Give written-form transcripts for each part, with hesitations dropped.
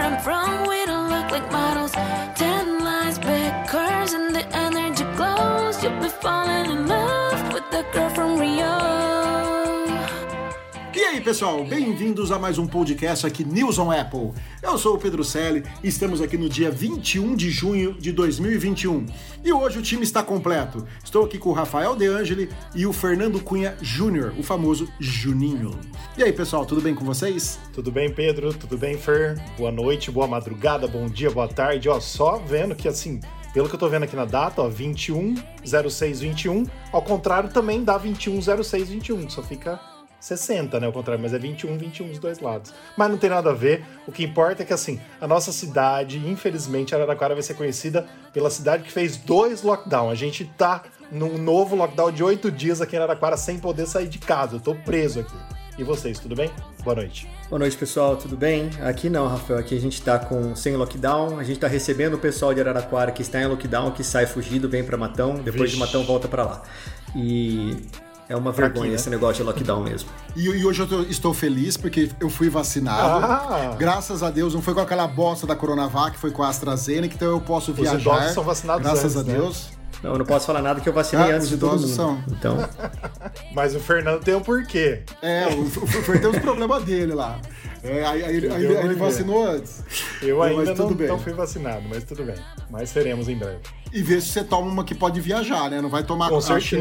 I'm from, we don't look like models. 10 lines, big curves, and the energy glows. You'll be falling in love with the girl from Rio. E aí, pessoal, bem-vindos a mais um podcast aqui, News on Apple. Eu sou o Pedro Celli e estamos aqui no dia 21 de junho de 2021. E hoje o time está completo. Estou aqui com o Rafael De Angeli e o Fernando Cunha Júnior, o famoso Juninho. E aí, pessoal, tudo bem com vocês? Tudo bem, Pedro? Tudo bem, Fer? Boa noite, boa madrugada, bom dia, boa tarde. Ó, só vendo que assim, pelo que eu tô vendo aqui na data, ó, 21/06/21, ao contrário também dá 21/06/21, só fica 60, né, ao contrário, mas é 21/21 dos dois lados. Mas não tem nada a ver, o que importa é que, assim, a nossa cidade, infelizmente, Araraquara vai ser conhecida pela cidade que fez 2 lockdowns. A gente tá num novo lockdown de 8 dias aqui em Araraquara sem poder sair de casa, eu tô preso aqui. E vocês, tudo bem? Boa noite. Boa noite, pessoal, tudo bem? Aqui não, Rafael, aqui a gente tá sem lockdown, a gente tá recebendo o pessoal de Araraquara que está em lockdown, que sai fugido, vem pra Matão, depois de Matão volta pra lá. E é uma vergonha esse negócio de lockdown mesmo. E hoje eu estou feliz porque eu fui vacinado. Graças a Deus, não foi com aquela bosta da Coronavac, foi com a AstraZeneca, então eu posso viajar. Os idosos são vacinados graças antes, a Deus. Né? Não, eu não posso falar nada que eu vacinei antes de todo mundo. São. Então. Mas o Fernando tem um porquê. O Fernando tem os problemas dele lá. Aí ele vacinou antes. Eu ainda não fui vacinado, mas tudo bem. Mas seremos em breve. E ver se você toma uma que pode viajar, né? Não vai tomar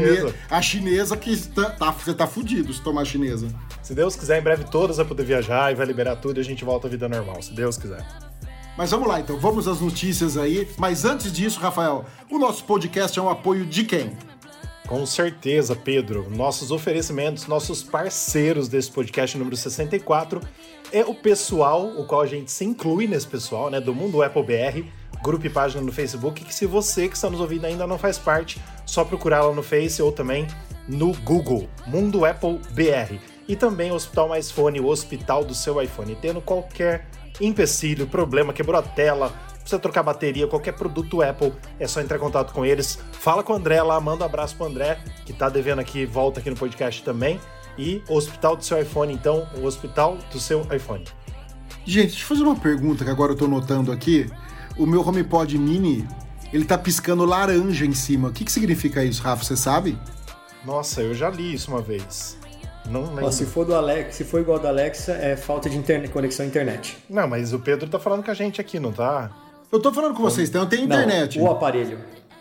a chinesa que você tá fudido se tomar a chinesa. Se Deus quiser, em breve todas vai poder viajar e vai liberar tudo e a gente volta à vida normal, se Deus quiser. Mas vamos lá, então. Vamos às notícias aí. Mas antes disso, Rafael, o nosso podcast é um apoio de quem? Com certeza, Pedro. Nossos oferecimentos, nossos parceiros desse podcast número 64 é o pessoal, o qual a gente se inclui nesse pessoal, né, do Mundo Apple BR, grupo e página no Facebook, que se você que está nos ouvindo ainda não faz parte, só procurar lá no Face ou também no Google, Mundo Apple BR. E também o Hospital Mais Fone, o hospital do seu iPhone, tendo qualquer empecilho, problema, quebrou a tela, precisa trocar bateria, qualquer produto Apple, é só entrar em contato com eles. Fala com o André lá, manda um abraço pro André, que tá devendo aqui, volta aqui no podcast também. E o hospital do seu iPhone, então, o hospital do seu iPhone. Gente, deixa eu fazer uma pergunta que agora eu tô notando aqui. O meu HomePod Mini, ele tá piscando laranja em cima. O que significa isso, Rafa? Você sabe? Nossa, eu já li isso uma vez. Não lembro. Ó, se for igual do Alexa, é falta de conexão à internet. Não, mas o Pedro tá falando com a gente aqui, não tá? Eu tô falando com vocês, então tem internet. Não, o aparelho.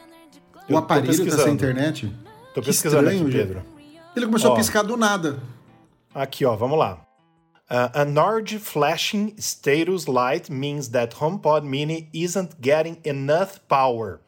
O aparelho tá sem internet? Tô pesquisando aqui, Pedro. Ele começou a piscar do nada. Aqui, ó, vamos lá. A Nord flashing status light means that HomePod Mini isn't getting enough power.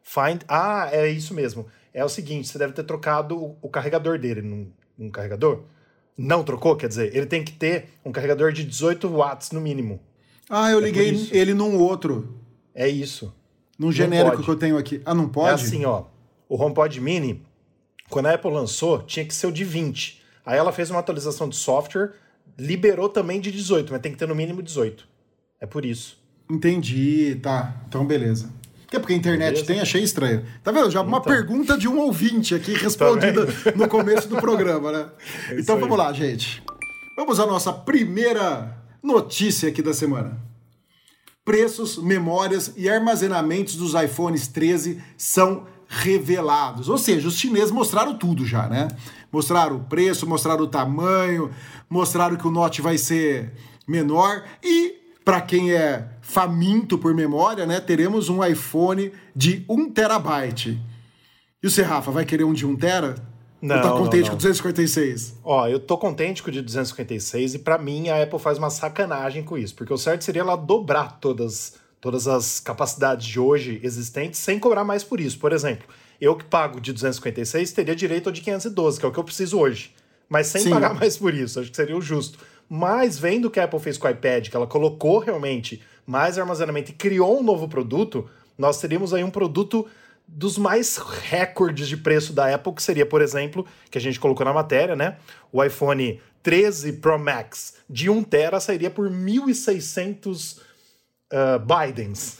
É isso mesmo. É o seguinte, você deve ter trocado o carregador dele num carregador. Não trocou, quer dizer, ele tem que ter um carregador de 18 watts no mínimo. Eu liguei ele num outro. É isso. Num genérico que eu tenho aqui. Não pode? É assim, ó. O HomePod Mini, quando a Apple lançou, tinha que ser o de 20. Aí ela fez uma atualização de software, liberou também de 18, mas tem que ter no mínimo 18. É por isso. Entendi, tá. Então, beleza. Porque a internet tem, achei estranho. Tá vendo? Já uma pergunta de um ouvinte aqui respondida no começo do programa, né? Então vamos lá, gente. Vamos à nossa primeira notícia aqui da semana. Preços, memórias e armazenamentos dos iPhones 13 são revelados. Ou seja, os chineses mostraram tudo já, né? Mostraram o preço, mostraram o tamanho, mostraram que o Note vai ser menor e, para quem é faminto por memória, né, teremos um iPhone de 1 terabyte. E você, Rafa, vai querer um de 1 tera? Não, ou tá contente não. com 256? Ó, eu tô contente com o de 256 e pra mim a Apple faz uma sacanagem com isso, porque o certo seria ela dobrar todas as capacidades de hoje existentes sem cobrar mais por isso. Por exemplo, eu que pago de 256 teria direito ao de 512, que é o que eu preciso hoje, mas sem pagar mais por isso, acho que seria o justo. Mas vendo o que a Apple fez com o iPad, que ela colocou realmente mais armazenamento e criou um novo produto, nós teríamos aí um produto dos mais recordes de preço da Apple, que seria, por exemplo, que a gente colocou na matéria, né? O iPhone 13 Pro Max de 1 tera sairia por 1.600 Bidens,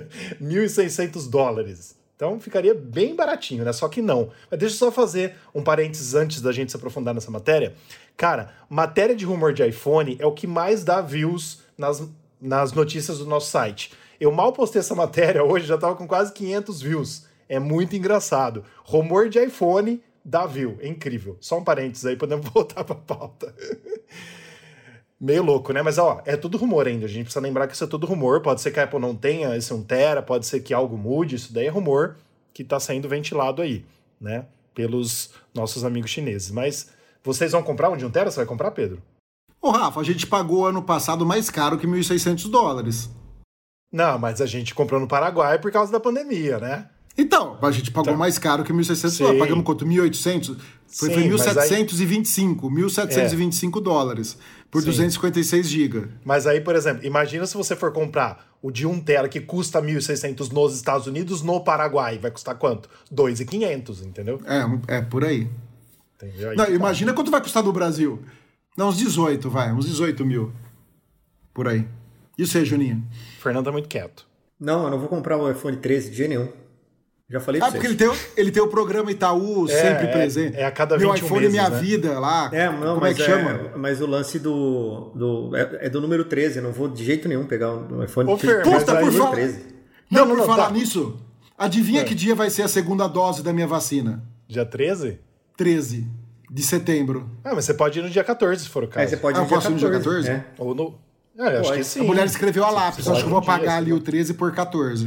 $1.600. Então ficaria bem baratinho, né? Só que não. Mas deixa eu só fazer um parênteses antes da gente se aprofundar nessa matéria. Cara, matéria de rumor de iPhone é o que mais dá views nas notícias do nosso site. Eu mal postei essa matéria hoje, já tava com quase 500 views. É muito engraçado. Rumor de iPhone dá view. É incrível. Só um parênteses aí, podemos voltar pra pauta. Meio louco, né? Mas, ó, é tudo rumor ainda. A gente precisa lembrar que isso é tudo rumor. Pode ser que a Apple não tenha esse 1 tera, pode ser que algo mude. Isso daí é rumor que tá sendo ventilado aí, né? Pelos nossos amigos chineses. Mas vocês vão comprar um de 1 tera? Você vai comprar, Pedro? Ô, Rafa, a gente pagou ano passado mais caro que $1.600. Não, mas a gente comprou no Paraguai por causa da pandemia, né? Então, a gente pagou mais caro que $1.600. Pagamos quanto? 1.800? Foi 1.725. Aí... $1.725 por 256 GB. Mas aí, por exemplo, imagina se você for comprar o de 1 tera que custa 1.600 nos Estados Unidos, no Paraguai. Vai custar quanto? 2.500, entendeu? É por aí. Entendeu? Aí não, imagina quanto vai custar no Brasil. Não, uns 18, uns 18 mil. Por aí. E você, Juninho? O Fernando tá muito quieto. Não, eu não vou comprar o iPhone 13 de jeito nenhum. Já falei pra vocês. Porque ele tem o programa Itaú sempre presente. É a cada 21 meses, Meu iPhone Minha Vida lá. Como é que chama? Mas o lance é do número 13. Eu não vou de jeito nenhum pegar o iPhone 13. Não, por falar nisso, adivinha que dia vai ser a segunda dose da minha vacina? Dia 13? 13 de setembro. Mas você pode ir no dia 14, se for o caso. Você pode ir no dia 14? É. Ou no... eu acho que sim. A mulher escreveu a lápis. Acho que eu vou pagar ali o 13 por 14.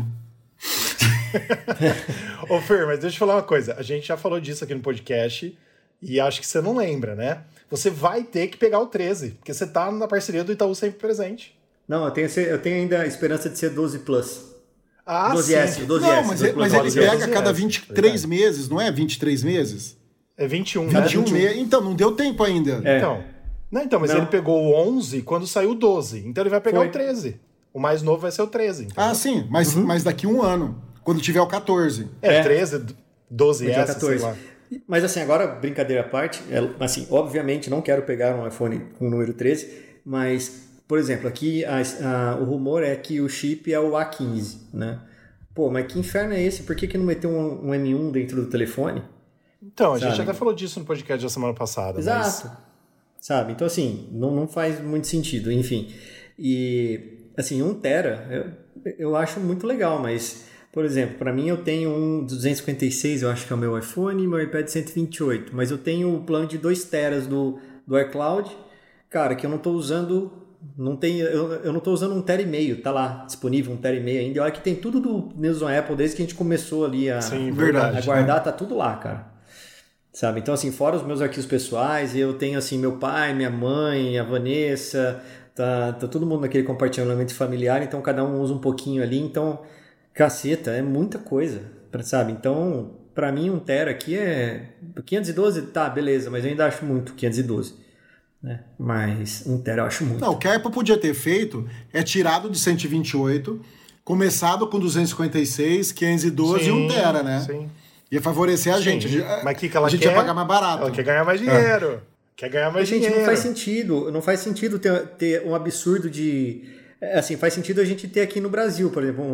Ô Fer, mas deixa eu falar uma coisa. A gente já falou disso aqui no podcast e acho que você não lembra, né? Você vai ter que pegar o 13, porque você tá na parceria do Itaú Sempre Presente. Não, eu tenho ainda a esperança de ser 12 Plus. 12S. Sim. 12S. Não, mas ele pega a cada 23 meses, não é 23 meses? É 21, 21 meses. Então, não deu tempo ainda. Mas ele pegou o 11 quando saiu o 12. Então ele vai pegar o 13. O mais novo vai ser o 13. Entendeu? Ah, sim. Mas daqui um ano. Quando tiver o 14. 13, 12S, sei lá. Mas assim, agora, brincadeira à parte, assim, obviamente não quero pegar um iPhone com o número 13, mas, por exemplo, aqui o rumor é que o chip é o A15, né? Pô, mas que inferno é esse? Por que não meteu um M1 dentro do telefone? Então, a gente até falou disso no podcast da semana passada. Exato. Sabe? Então, assim, não faz muito sentido, enfim. E, assim, 1 tera eu acho muito legal, mas... Por exemplo, para mim eu tenho um 256, eu acho que é o meu iPhone, e meu iPad 128, mas eu tenho o plano de 2 teras do iCloud, cara, que eu não estou usando, eu não estou usando 1,5 tera, tá lá disponível 1,5 tera ainda, e olha que tem tudo do mesmo Apple desde que a gente começou ali a guardar, tá tudo lá, cara. Sabe? Então, assim, fora os meus arquivos pessoais, eu tenho, assim, meu pai, minha mãe, a Vanessa, tá todo mundo naquele compartilhamento familiar, então cada um usa um pouquinho ali, então... Caceta, é muita coisa, sabe? Então, pra mim, 1 tera aqui é... 512, tá, beleza, mas eu ainda acho muito 512. Né? Mas 1 tera eu acho muito. Não, o que a Apple podia ter feito é tirado de 128, começado com 256, 512 e 1 tera, né? Sim. Ia favorecer a gente. Mas que ela ia pagar mais barato. Ela quer ganhar mais dinheiro. Quer ganhar mais dinheiro. Gente, não faz sentido ter um absurdo de... Assim, faz sentido a gente ter aqui no Brasil, por exemplo,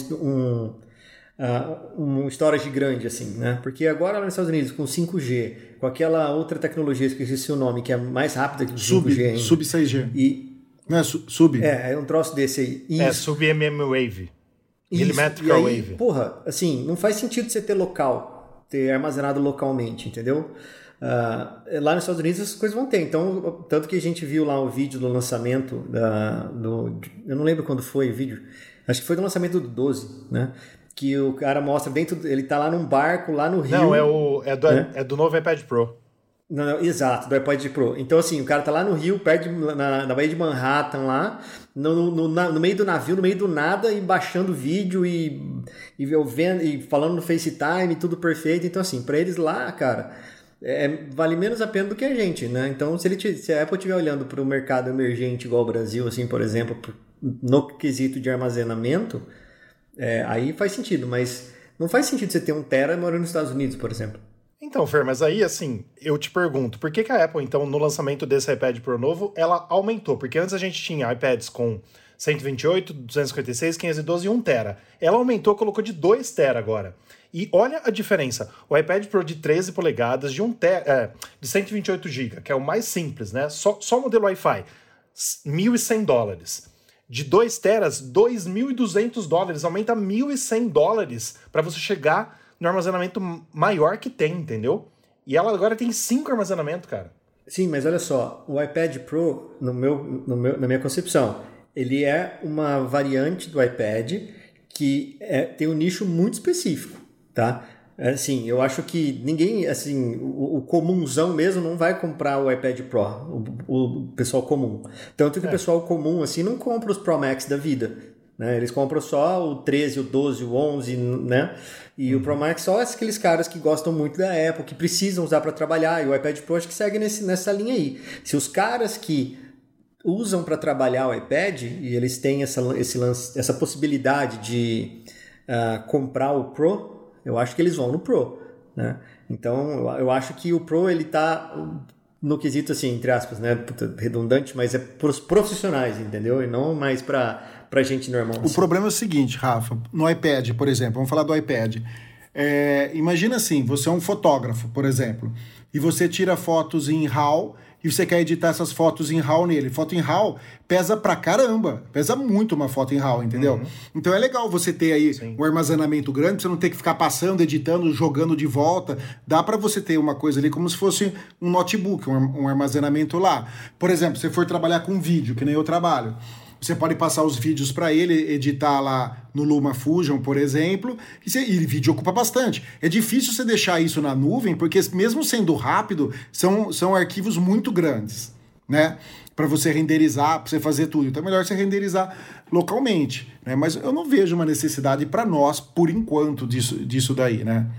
um storage grande, assim, né? Porque agora lá nos Estados Unidos, com 5G, com aquela outra tecnologia, esqueci o nome, que é mais rápida que o 5G. Sub 6G. Não é sub? É um troço desse aí. Isso. Sub Wave. Millimetrical Wave. Porra, assim, não faz sentido você ter armazenado localmente, entendeu? Lá nos Estados Unidos essas coisas vão ter, então tanto que a gente viu lá o vídeo do lançamento eu não lembro quando foi o vídeo, acho que foi do lançamento do 12, né? Que o cara mostra ele tá lá num barco lá no Rio. Não, é do novo iPad Pro. Não, exato, do iPad Pro. Então assim, o cara tá lá no Rio, perto na Baía de Manhattan lá, no meio do navio, no meio do nada, e baixando vídeo e vendo, e falando no FaceTime, tudo perfeito. Então assim, pra eles lá, cara, vale menos a pena do que a gente, né? Então, se a Apple estiver olhando para o mercado emergente igual o Brasil, assim, por exemplo, no quesito de armazenamento, aí faz sentido, mas não faz sentido você ter 1 tera morando nos Estados Unidos, por exemplo. Então, Fer, mas aí, assim, eu te pergunto, por que a Apple, então, no lançamento desse iPad Pro novo, ela aumentou? Porque antes a gente tinha iPads com 128, 256, 512 e 1 tera. Ela aumentou, colocou de 2 tera agora. E olha a diferença. O iPad Pro de 13 polegadas, de 128 GB, que é o mais simples, né? Só o modelo Wi-Fi, $1.100. De 2 teras, $2.200, aumenta $1.100 para você chegar no armazenamento maior que tem, entendeu? E ela agora tem 5 armazenamento, cara. Sim, mas olha só, o iPad Pro, na minha concepção, ele é uma variante do iPad que tem um nicho muito específico, tá? Assim, eu acho que ninguém, assim, o comunzão mesmo não vai comprar o iPad Pro, o pessoal comum. Tanto que o pessoal comum, assim, não compra os Pro Max da vida, né? Eles compram só o 13, o 12, o 11, né? E o Pro Max só aqueles caras que gostam muito da Apple, que precisam usar para trabalhar, e o iPad Pro acho que segue nessa linha aí. Se os caras que usam para trabalhar o iPad, e eles têm essa possibilidade de comprar o Pro, eu acho que eles vão no Pro, né? Então, eu acho que o Pro, ele tá no quesito, assim, entre aspas, né? Redundante, mas é pros profissionais, entendeu? E não mais pra gente normal. O problema é o seguinte, Rafa, no iPad, por exemplo, vamos falar do iPad. Imagina assim, você é um fotógrafo, por exemplo, e você tira fotos em RAW e você quer editar essas fotos em RAW nele. Foto em RAW pesa pra caramba, pesa muito uma foto em RAW, entendeu? Então é legal você ter aí um armazenamento grande, pra você não ter que ficar passando, editando, jogando de volta. Dá pra você ter uma coisa ali como se fosse um notebook, um armazenamento lá. Por exemplo, se você for trabalhar com vídeo, que nem eu trabalho, você pode passar os vídeos para ele, editar lá no LumaFusion, por exemplo, e vídeo ocupa bastante. É difícil você deixar isso na nuvem, porque mesmo sendo rápido, são arquivos muito grandes, né? Para você renderizar, para você fazer tudo. Então é melhor você renderizar localmente, né? Mas eu não vejo uma necessidade para nós, por enquanto, disso daí, né?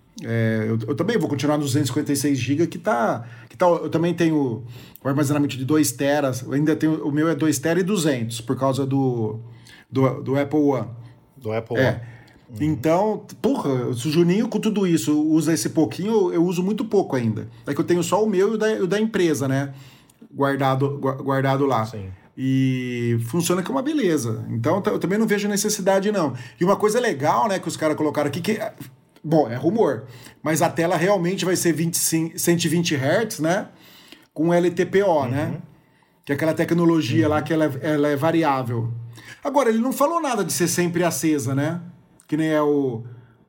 Eu também vou continuar nos 256 GB, que tá. Eu também tenho o armazenamento de 2 teras, eu ainda tenho, o meu é 2 teras e 200, por causa do Apple One. Do Apple One. Então, porra, se o Juninho com tudo isso usa esse pouquinho, eu uso muito pouco ainda. É que eu tenho só o meu e o da empresa, né? Guardado lá. Sim. E funciona que é uma beleza. Então, eu também não vejo necessidade, não. E uma coisa legal, né, que os caras colocaram aqui, que... Bom, é rumor, mas a tela realmente vai ser 120 Hz, né? Com LTPO, né? Que é aquela tecnologia lá que ela é variável. Agora, ele não falou nada de ser sempre acesa, né? Que nem é o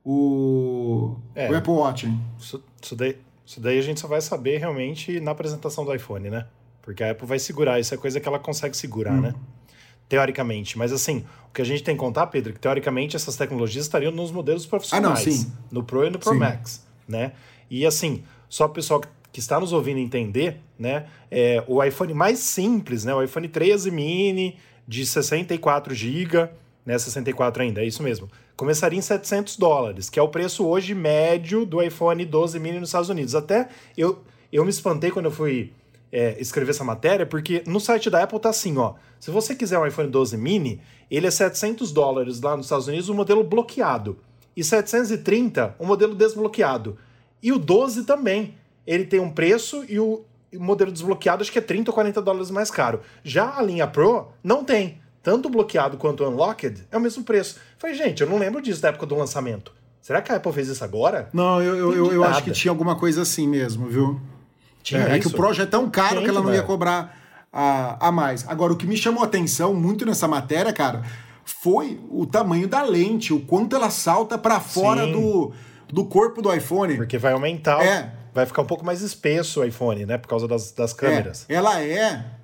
Apple Watch. Isso daí a gente só vai saber realmente na apresentação do iPhone, né? Porque a Apple vai segurar, isso é coisa que ela consegue segurar, né? Teoricamente. Mas assim, o que a gente tem que contar, Pedro, é que teoricamente essas tecnologias estariam nos modelos profissionais. Sim. No Pro e no Pro Max, né? E assim, só o pessoal que está nos ouvindo entender, né? O iPhone mais simples, né? O iPhone 13 mini de 64 GB, né? 64 ainda, é isso mesmo. Começaria em $700, que é o preço hoje médio do iPhone 12 mini nos Estados Unidos. Até eu me espantei quando eu fui escrever essa matéria, porque no site da Apple tá assim, ó. Se você quiser um iPhone 12 mini, ele é $700 lá nos Estados Unidos, o modelo bloqueado. E 730, o modelo desbloqueado. E o 12 também. Ele tem um preço e o modelo desbloqueado acho que é $30 ou $40 mais caro. Já a linha Pro não tem. Tanto o bloqueado quanto o unlocked é o mesmo preço. Falei, gente, eu não lembro disso da época do lançamento. Será que a Apple fez isso agora? Não, eu acho que tinha alguma coisa assim mesmo, viu? É que o Pro já é tão caro que ela não ia cobrar a mais. Agora, o que me chamou a atenção muito nessa matéria, cara, foi o tamanho da lente, o quanto ela salta para fora do corpo do iPhone. Porque vai aumentar, vai ficar um pouco mais espesso o iPhone, né? Por causa das câmeras. Ela é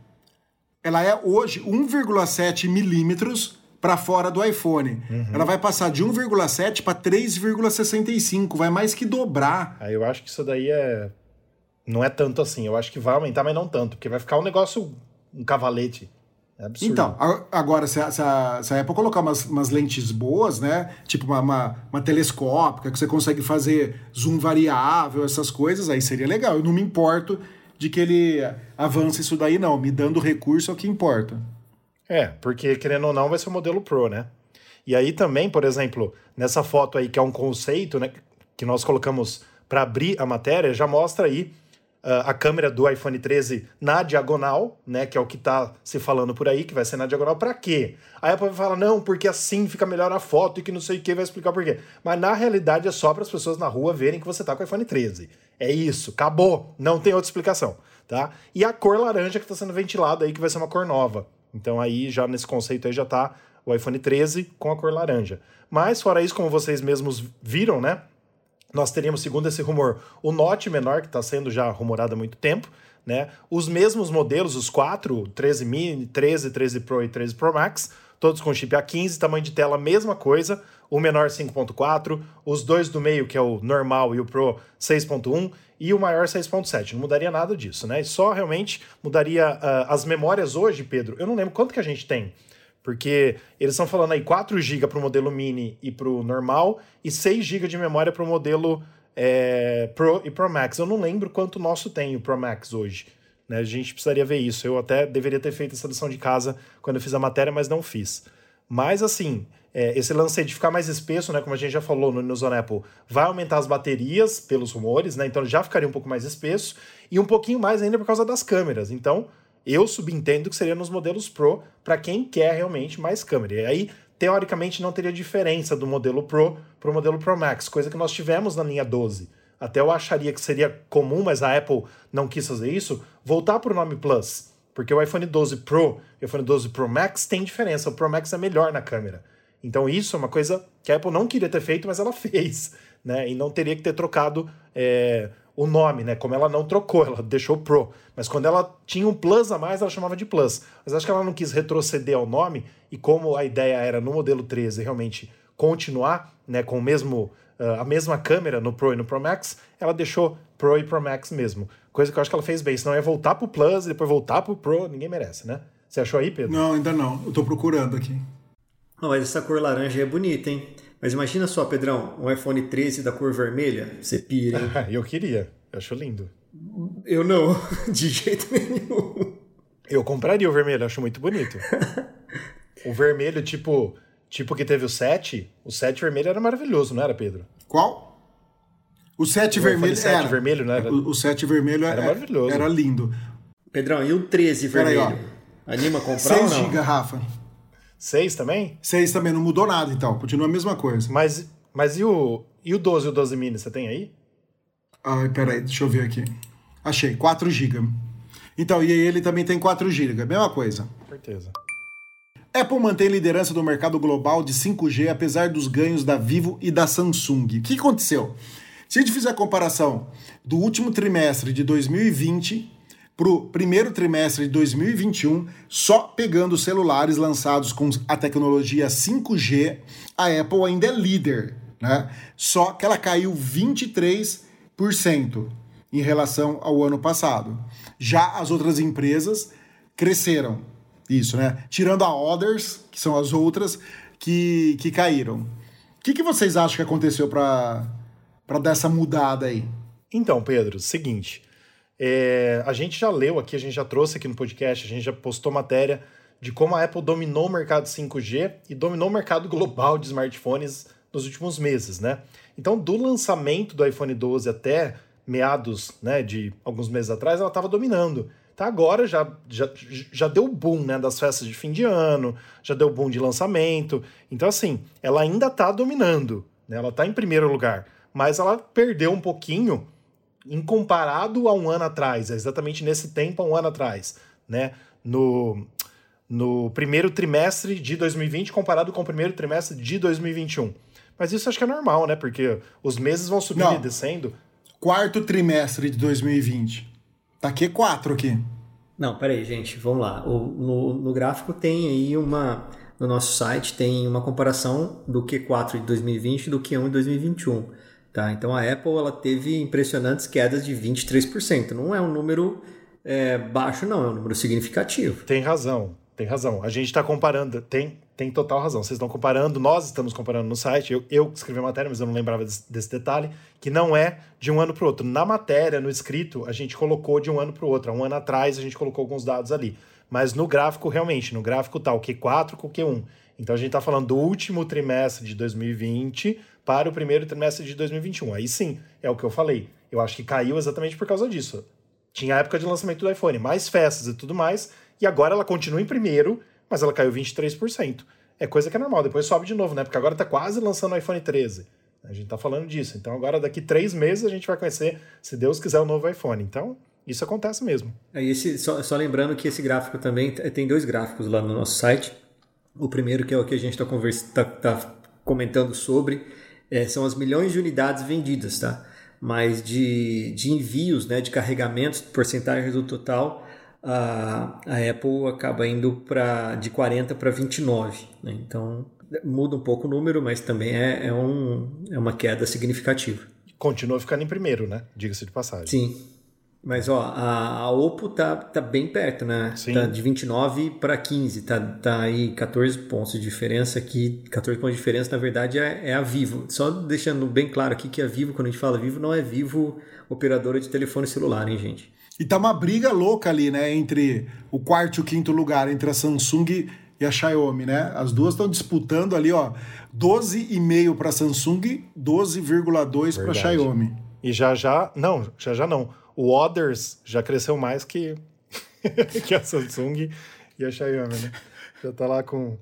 hoje 1,7 milímetros para fora do iPhone. Ela vai passar de 1,7 para 3,65, vai mais que dobrar. Aí eu acho que isso daí não é tanto assim. Eu acho que vai aumentar, mas não tanto, porque vai ficar um negócio, um cavalete. É absurdo. Então, agora, se a Apple colocar umas lentes boas, né? Tipo uma telescópica, que você consegue fazer zoom variável, essas coisas, aí seria legal. Eu não me importo de que ele avance isso daí, não. Me dando recurso é o que importa. Porque, querendo ou não, vai ser o modelo Pro, né? E aí também, por exemplo, nessa foto aí, que é um conceito, né? Que nós colocamos para abrir a matéria, já mostra aí a câmera do iPhone 13 na diagonal, né, que é o que tá se falando por aí, que vai ser na diagonal, pra quê? Aí a Apple vai falar, não, porque assim fica melhor a foto e que não sei o que, vai explicar por quê. Mas na realidade é só para as pessoas na rua verem que você tá com o iPhone 13. É isso, acabou, não tem outra explicação, tá? E a cor laranja que tá sendo ventilada aí, que vai ser uma cor nova, Então aí, já nesse conceito aí, já tá o iPhone 13 com a cor laranja. Mas, fora isso, como vocês mesmos viram, né? Nós teríamos, segundo esse rumor, o Note menor, que está sendo já rumorado há muito tempo, né? Os mesmos modelos, os 4, 13 mini, 13, 13 Pro e 13 Pro Max, todos com chip A15, tamanho de tela, mesma coisa, o menor 5.4, os dois do meio, que é o normal e o Pro 6.1, e o maior 6.7. Não mudaria nada disso, né? Só realmente mudaria as memórias hoje, Pedro. Eu não lembro quanto que a gente tem, porque eles estão falando aí 4 GB para o modelo mini e para o normal, e 6 GB de memória para o modelo Pro e Pro Max. Eu não lembro quanto o nosso tem, o Pro Max hoje. Né? A gente precisaria ver isso. Eu até deveria ter feito essa lição de casa quando eu fiz a matéria, mas não fiz. Mas, assim, esse lance de ficar mais espesso, né, como a gente já falou no News on Apple, vai aumentar as baterias, pelos rumores, né, então já ficaria um pouco mais espesso, e um pouquinho mais ainda por causa das câmeras. Então, eu subentendo que seria nos modelos Pro, para quem quer realmente mais câmera. E aí, teoricamente, não teria diferença do modelo Pro para o modelo Pro Max, coisa que nós tivemos na linha 12. Até eu acharia que seria comum, mas a Apple não quis fazer isso, voltar para o nome Plus. Porque o iPhone 12 Pro e o iPhone 12 Pro Max tem diferença. O Pro Max é melhor na câmera. Então isso é uma coisa que a Apple não queria ter feito, mas ela fez. Né? E não teria que ter trocado o nome, né? Como ela não trocou, ela deixou Pro. Mas quando ela tinha um Plus a mais, ela chamava de Plus. Mas acho que ela não quis retroceder ao nome. E como a ideia era no modelo 13 realmente continuar, né, com o mesmo... a mesma câmera no Pro e no Pro Max, ela deixou Pro e Pro Max mesmo. Coisa que eu acho que ela fez bem, senão ia voltar pro Plus e depois voltar pro Pro, ninguém merece, né? Você achou aí, Pedro? Não, ainda não. Eu tô procurando aqui. Não, mas essa cor laranja é bonita, hein? Mas imagina só, Pedrão, um iPhone 13 da cor vermelha, você pira, hein? Eu queria, eu acho lindo. Eu não, de jeito nenhum. Eu compraria o vermelho, eu acho muito bonito. O vermelho, tipo que teve o 7 vermelho era maravilhoso, não era, Pedro? Qual? O 7 vermelho era. Vermelho, não era? O 7 vermelho era maravilhoso. Era lindo. Pedrão, e o 13 vermelho? Aí, anima a comprar 6 ou não? 6 GB, Rafa. 6 também? 6 também, não mudou nada então, continua a mesma coisa. Mas e o 12 e o 12 mini, você tem aí? Ai, peraí, deixa eu ver aqui. Achei, 4 GB. Então, e ele também tem 4 GB, mesma coisa. Certeza. Apple mantém liderança do mercado global de 5G, apesar dos ganhos da Vivo e da Samsung. O que aconteceu? Se a gente fizer a comparação do último trimestre de 2020 para o primeiro trimestre de 2021, só pegando os celulares lançados com a tecnologia 5G, a Apple ainda é líder, né? Só que ela caiu 23% em relação ao ano passado. Já as outras empresas cresceram. Isso, né? Tirando a Others, que são as outras que caíram. O que vocês acham que aconteceu para dar essa mudada aí? Então, Pedro, seguinte. A gente já leu aqui, a gente já trouxe aqui no podcast, a gente já postou matéria de como a Apple dominou o mercado 5G e dominou o mercado global de smartphones nos últimos meses, né? Então, do lançamento do iPhone 12 até meados, né, de alguns meses atrás, ela estava dominando. Tá, agora já deu boom, né, das festas de fim de ano, já deu boom de lançamento. Então, assim, ela ainda está dominando, né, ela está em primeiro lugar, mas ela perdeu um pouquinho em comparado a um ano atrás, exatamente nesse tempo, há um ano atrás, né, no primeiro trimestre de 2020 comparado com o primeiro trimestre de 2021. Mas isso acho que é normal, né, porque os meses vão subindo e descendo. Quarto trimestre de 2020. Tá Q4 aqui. Não, peraí, gente, vamos lá. No gráfico tem aí no nosso site tem uma comparação do Q4 de 2020 e do Q1 de 2021. Tá? Então a Apple ela teve impressionantes quedas de 23%. Não é um número baixo, não, é um número significativo. Tem razão. A gente está comparando, tem total razão. Vocês estão comparando, nós estamos comparando no site. Eu escrevi a matéria, mas eu não lembrava desse detalhe, que não é de um ano para o outro. Na matéria, no escrito, a gente colocou de um ano para o outro. Há um ano atrás, a gente colocou alguns dados ali. Mas no gráfico, realmente, no gráfico tá o Q4 com o Q1. Então, a gente está falando do último trimestre de 2020 para o primeiro trimestre de 2021. Aí sim, é o que eu falei. Eu acho que caiu exatamente por causa disso. Tinha a época de lançamento do iPhone, mais festas e tudo mais, e agora ela continua em primeiro, mas ela caiu 23%. É coisa que é normal, depois sobe de novo, né? Porque agora tá quase lançando o iPhone 13. A gente tá falando disso. Então agora daqui 3 meses a gente vai conhecer, se Deus quiser, o novo iPhone. Então Isso acontece mesmo. Só lembrando que esse gráfico também tem 2 gráficos lá no nosso site. O primeiro, que é o que a gente tá comentando sobre, são as milhões de unidades vendidas, tá? Mas de envios, né, de carregamentos, porcentagens do total, a Apple acaba indo de 40 para 29. Né? Então, muda um pouco o número, mas também é uma queda significativa. Continua ficando em primeiro, né? Diga-se de passagem. Sim. Mas a Oppo tá bem perto, né? Sim. Tá de 29 para 15, tá aí 14 pontos de diferença aqui. 14 pontos de diferença, na verdade, é a Vivo. Só deixando bem claro aqui que a Vivo, quando a gente fala Vivo, não é Vivo operadora de telefone celular, hein, gente? E tá uma briga louca ali, né? Entre o 4º e o 5º lugar, entre a Samsung e a Xiaomi, né? As duas estão disputando ali, ó, 12,5 para Samsung, 12,2 para Xiaomi. E já não. O Others já cresceu mais que a Samsung e a Xiaomi, né? Já tá lá com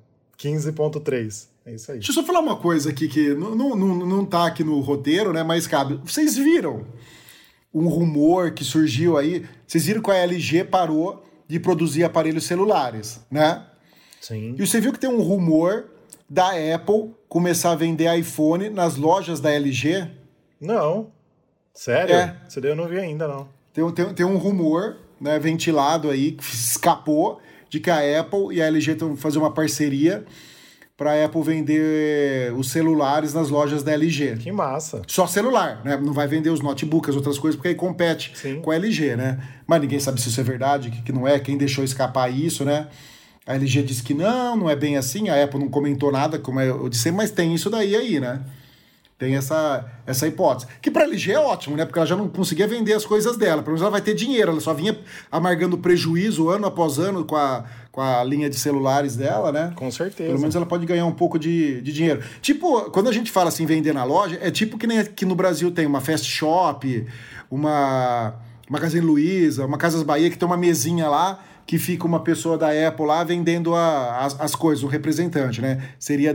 15,3. É isso aí. Deixa eu só falar uma coisa aqui que não tá aqui no roteiro, né? Mas cabe. Vocês viram um rumor que surgiu aí? Vocês viram que a LG parou de produzir aparelhos celulares, né? Sim. E você viu que tem um rumor da Apple começar a vender iPhone nas lojas da LG? Não. Sério? Isso daí eu não vi ainda, não. Tem um rumor, né, ventilado aí, que escapou, de que a Apple e a LG estão fazendo uma parceria para a Apple vender os celulares nas lojas da LG. Que massa. Só celular, né? Não vai vender os notebooks, as outras coisas, porque aí compete com a LG, né? Mas ninguém sabe se isso é verdade, que não é, quem deixou escapar isso, né? A LG disse que não é bem assim, a Apple não comentou nada, como eu disse, mas tem isso daí aí, né? Tem essa hipótese. Que para a LG é ótimo, né? Porque ela já não conseguia vender as coisas dela. Pelo menos ela vai ter dinheiro. Ela só vinha amargando prejuízo ano após ano com a linha de celulares dela, né? Com certeza. Pelo menos ela pode ganhar um pouco de dinheiro. Tipo, quando a gente fala assim, vender na loja, é tipo que nem aqui no Brasil tem uma Fast Shop, uma Magazine Luiza, uma Casas Bahia, que tem uma mesinha lá, que fica uma pessoa da Apple lá vendendo as coisas, o representante, né? Seria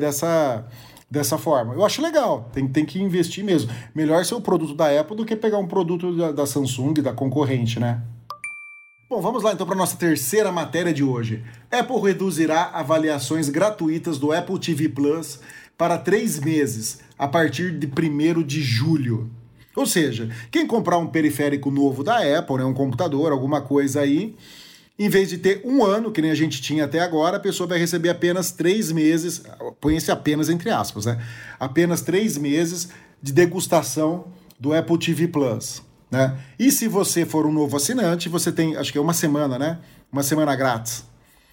dessa forma. Eu acho legal, tem que investir mesmo. Melhor ser o produto da Apple do que pegar um produto da Samsung, da concorrente, né? Bom, vamos lá então para a nossa terceira matéria de hoje. Apple reduzirá avaliações gratuitas do Apple TV Plus para 3 meses, a partir de 1º de julho. Ou seja, quem comprar um periférico novo da Apple, né, um computador, alguma coisa aí, em vez de ter 1 ano, que nem a gente tinha até agora, a pessoa vai receber apenas 3 meses, põe-se apenas entre aspas, né? Apenas 3 meses de degustação do Apple TV Plus, né? E se você for um novo assinante, você tem, acho que é 1 semana, né? 1 semana grátis.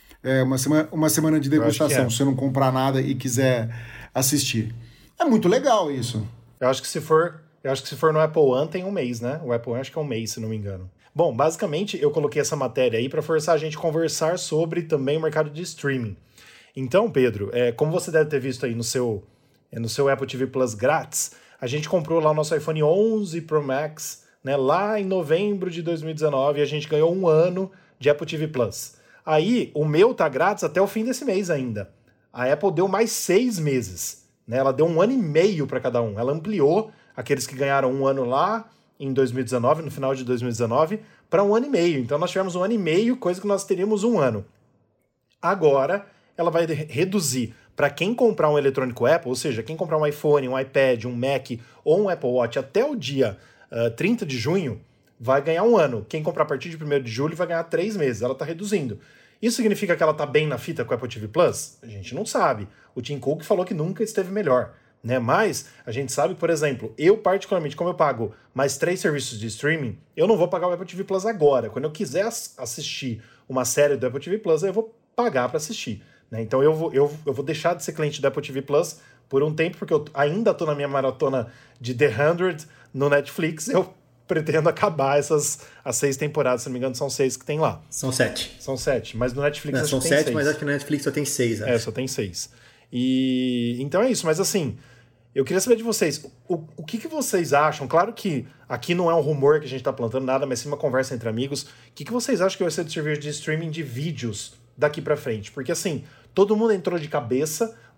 Uma semana de degustação, se você não comprar nada e quiser assistir. É muito legal isso. Eu acho que se for no Apple One, tem 1 mês, né? O Apple One acho que é 1 mês, se não me engano. Bom, basicamente eu coloquei essa matéria aí para forçar a gente a conversar sobre também o mercado de streaming. Então, Pedro, como você deve ter visto aí no seu Apple TV Plus grátis, a gente comprou lá o nosso iPhone 11 Pro Max, né, lá em novembro de 2019, e a gente ganhou 1 ano de Apple TV Plus. Aí, o meu tá grátis até o fim desse mês ainda. A Apple deu mais 6 meses, né? Ela deu 1 ano e meio para cada um. Ela ampliou aqueles que ganharam 1 ano lá em 2019, no final de 2019, para 1 ano e meio. Então nós tivemos 1 ano e meio, coisa que nós teríamos 1 ano. Agora, ela vai reduzir para quem comprar um eletrônico Apple, ou seja, quem comprar um iPhone, um iPad, um Mac ou um Apple Watch até o dia 30 de junho, vai ganhar 1 ano. Quem comprar a partir de 1º de julho vai ganhar 3 meses. Ela está reduzindo. Isso significa que ela está bem na fita com o Apple TV Plus? A gente não sabe. O Tim Cook falou que nunca esteve melhor. Né? Mas a gente sabe, por exemplo, eu particularmente, como eu pago mais 3 serviços de streaming, eu não vou pagar o Apple TV Plus agora. Quando eu quiser assistir uma série do Apple TV Plus, eu vou pagar para assistir. Né? Então eu vou deixar de ser cliente do Apple TV Plus por um tempo, porque eu ainda estou na minha maratona de The 100 no Netflix. Eu pretendo acabar as 6 temporadas, se não me engano, são 6 que tem lá. São 7. São 7, mas no Netflix são 7, mas acho que no Netflix só tem 6. Acho. Só tem 6. E então é isso, mas assim, eu queria saber de vocês, o que vocês acham? Claro que aqui não é um rumor que a gente está plantando nada, mas sim uma conversa entre amigos. O que vocês acham que vai ser do serviço de streaming de vídeos daqui para frente? Porque assim, todo mundo entrou de cabeça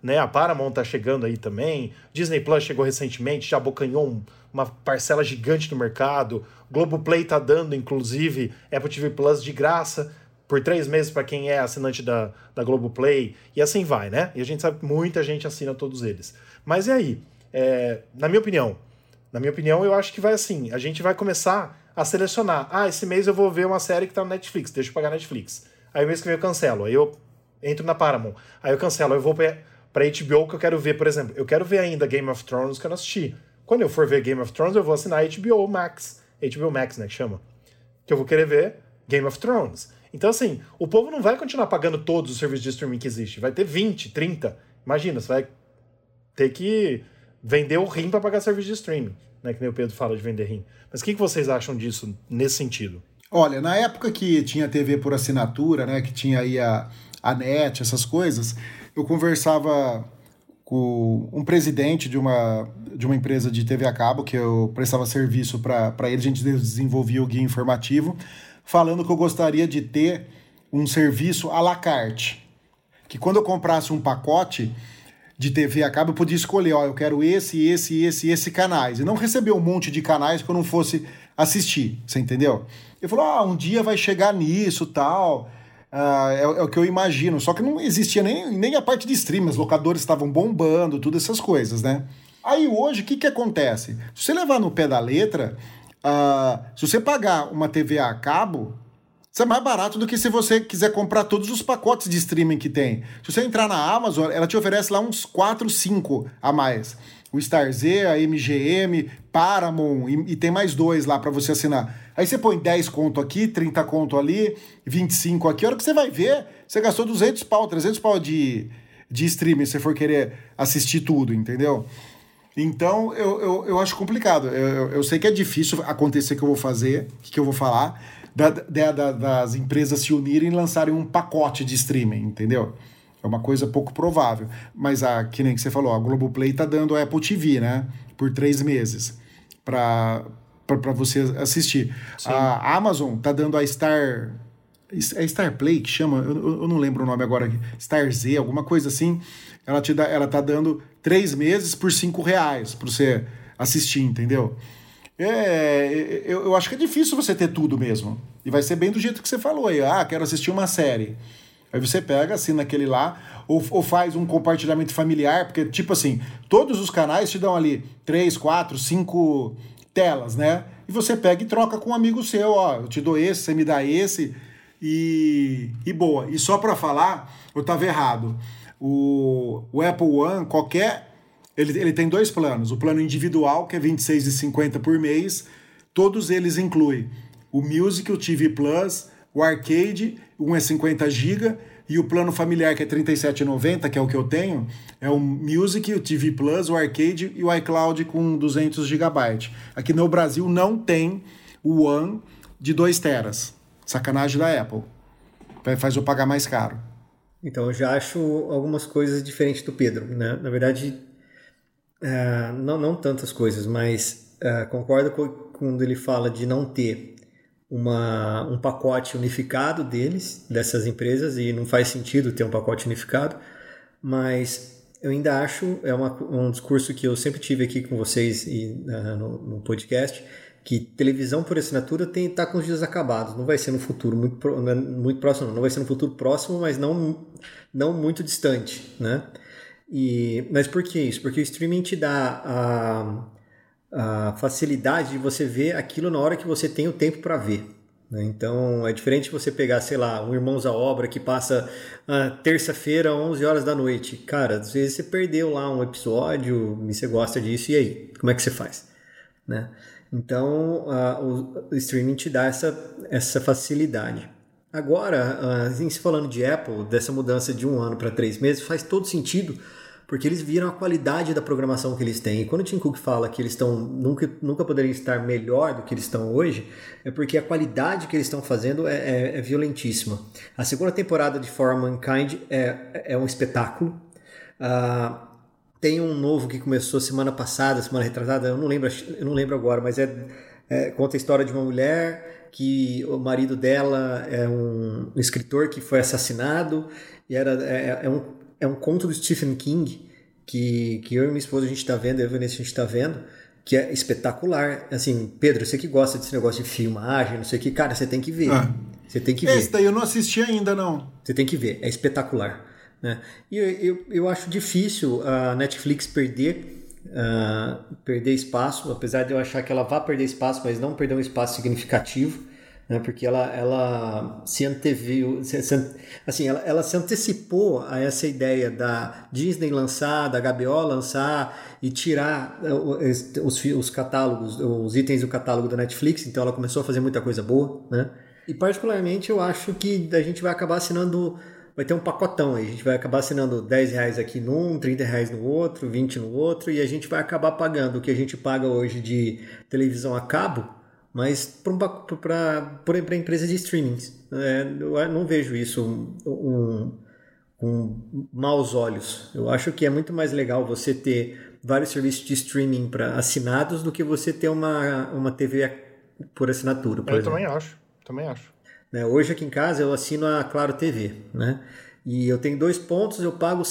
né? A Paramount tá chegando aí também, Disney Plus chegou recentemente, já abocanhou uma parcela gigante do mercado, Globoplay tá dando, inclusive, Apple TV Plus de graça por 3 meses para quem é assinante da Globoplay, e assim vai, né? E a gente sabe que muita gente assina todos eles. Mas e aí? Na minha opinião, eu acho que vai assim, a gente vai começar a selecionar. Esse mês eu vou ver uma série que tá no Netflix, deixa eu pagar Netflix. Aí o mês que vem eu cancelo, aí eu entro na Paramount, aí eu cancelo, aí eu vou pra HBO que eu quero ver, por exemplo. Eu quero ver ainda Game of Thrones que eu não assisti. Quando eu for ver Game of Thrones, eu vou assinar HBO Max, né, que chama. Que eu vou querer ver Game of Thrones. Então, assim, o povo não vai continuar pagando todos os serviços de streaming que existe. Vai ter 20, 30. Imagina, você vai ter que vender o rim para pagar serviço de streaming, né? Que nem o Pedro fala de vender rim. Mas o que vocês acham disso nesse sentido? Olha, na época que tinha TV por assinatura, né? Que tinha aí a NET, essas coisas, eu conversava com um presidente de uma empresa de TV a cabo, que eu prestava serviço para ele, a gente desenvolvia o guia informativo, falando que eu gostaria de ter um serviço à la carte. Que quando eu comprasse um pacote de TV a cabo, eu podia escolher, eu quero esse canais, e não receber um monte de canais que eu não fosse assistir, você entendeu? Ele falou, um dia vai chegar nisso, tal, é o que eu imagino, só que não existia nem a parte de streaming, os locadores estavam bombando, todas essas coisas, né? Aí hoje, o que acontece? Se você levar no pé da letra, se você pagar uma TV a cabo, isso é mais barato do que se você quiser comprar todos os pacotes de streaming que tem. Se você entrar na Amazon, ela te oferece lá uns 4, 5 a mais. O StarZ, a MGM, Paramount, e tem mais 2 lá para você assinar. Aí você põe 10 conto aqui, 30 conto ali, 25 aqui. A hora que você vai ver, você gastou 200 pau, 300 pau de streaming, se você for querer assistir tudo, entendeu? Então, eu acho complicado. Eu sei que é difícil acontecer o que eu vou fazer, o que eu vou falar, das empresas se unirem e lançarem um pacote de streaming, entendeu? É uma coisa pouco provável. Mas, que nem que você falou, a Globoplay tá dando a Apple TV, né? Por 3 meses para você assistir. Sim. A Amazon tá dando a Star... É Star Play que chama? Eu não lembro o nome agora. StarZ, alguma coisa assim. Ela tá dando 3 meses por R$5 para você assistir, entendeu? Eu acho que é difícil você ter tudo mesmo. E vai ser bem do jeito que você falou aí. Quero assistir uma série. Aí você pega, assina aquele lá, ou faz um compartilhamento familiar, porque, tipo assim, todos os canais te dão ali 3, 4, 5 telas, né? E você pega e troca com um amigo seu, eu te dou esse, você me dá esse, e boa. E só pra falar, eu tava errado. O Apple One, ele tem 2 planos. O plano individual, que é R$26,50 por mês, todos eles incluem o Music, o TV Plus, o Arcade, um é 50 GB, e o plano familiar, que é R$37,90, que é o que eu tenho, é o Music, o TV Plus, o Arcade e o iCloud com 200 GB. Aqui no Brasil não tem o One de 2 teras. Sacanagem da Apple. Faz eu pagar mais caro. Então, eu já acho algumas coisas diferentes do Pedro, né? Na verdade, não tantas coisas, mas concordo quando ele fala de não ter um pacote unificado dessas empresas, e não faz sentido ter um pacote unificado, mas eu ainda acho, um discurso que eu sempre tive aqui com vocês no podcast, que televisão por assinatura está com os dias acabados, não vai ser no futuro muito próximo, não vai ser no futuro próximo, mas não muito distante, né? Mas por que isso? Porque o streaming te dá a facilidade de você ver aquilo na hora que você tem o tempo para ver, né? Então é diferente você pegar, sei lá, um Irmãos à Obra que passa terça-feira, 11 horas da noite. Cara, às vezes você perdeu lá um episódio e você gosta disso, e aí? Como é que você faz? Né? Então o streaming te dá essa facilidade. Agora, se falando de Apple, dessa mudança de 1 ano para 3 meses, faz todo sentido, porque eles viram a qualidade da programação que eles têm. E quando o Tim Cook fala que eles nunca poderiam estar melhor do que eles estão hoje, é porque a qualidade que eles estão fazendo é violentíssima. A segunda temporada de For All Mankind é um espetáculo. Tem um novo que começou semana passada, semana retrasada, eu não lembro agora, mas conta a história de uma mulher que o marido dela é um escritor que foi assassinado, e é um conto do Stephen King que eu e minha esposa a gente tá vendo, eu e a Vanessa a gente tá vendo, que é espetacular. Assim, Pedro, você que gosta desse negócio de filmagem, não sei o que, cara, você tem que ver. Você tem que ver. Esse daí eu não assisti ainda, não. Você tem que ver, é espetacular. Né? E eu acho difícil a Netflix perder espaço, apesar de eu achar que ela vai perder espaço, mas não perder um espaço significativo, né? Porque ela se anteviu, assim, ela se antecipou a essa ideia da Disney lançar, da HBO lançar e tirar os catálogos, os itens do catálogo da Netflix, então ela começou a fazer muita coisa boa, né? E particularmente eu acho que a gente vai acabar assinando, vai ter um pacotão aí, a gente vai acabar assinando R$10 aqui num, R$30 no outro, 20 no outro, e a gente vai acabar pagando o que a gente paga hoje de televisão a cabo, mas para empresas de streaming. Eu não vejo isso com maus olhos. Eu acho que é muito mais legal você ter vários serviços de streaming para assinados do que você ter uma TV por assinatura, por exemplo. Também acho. Hoje aqui em casa eu assino a Claro TV, né? E eu tenho 2 pontos, eu pago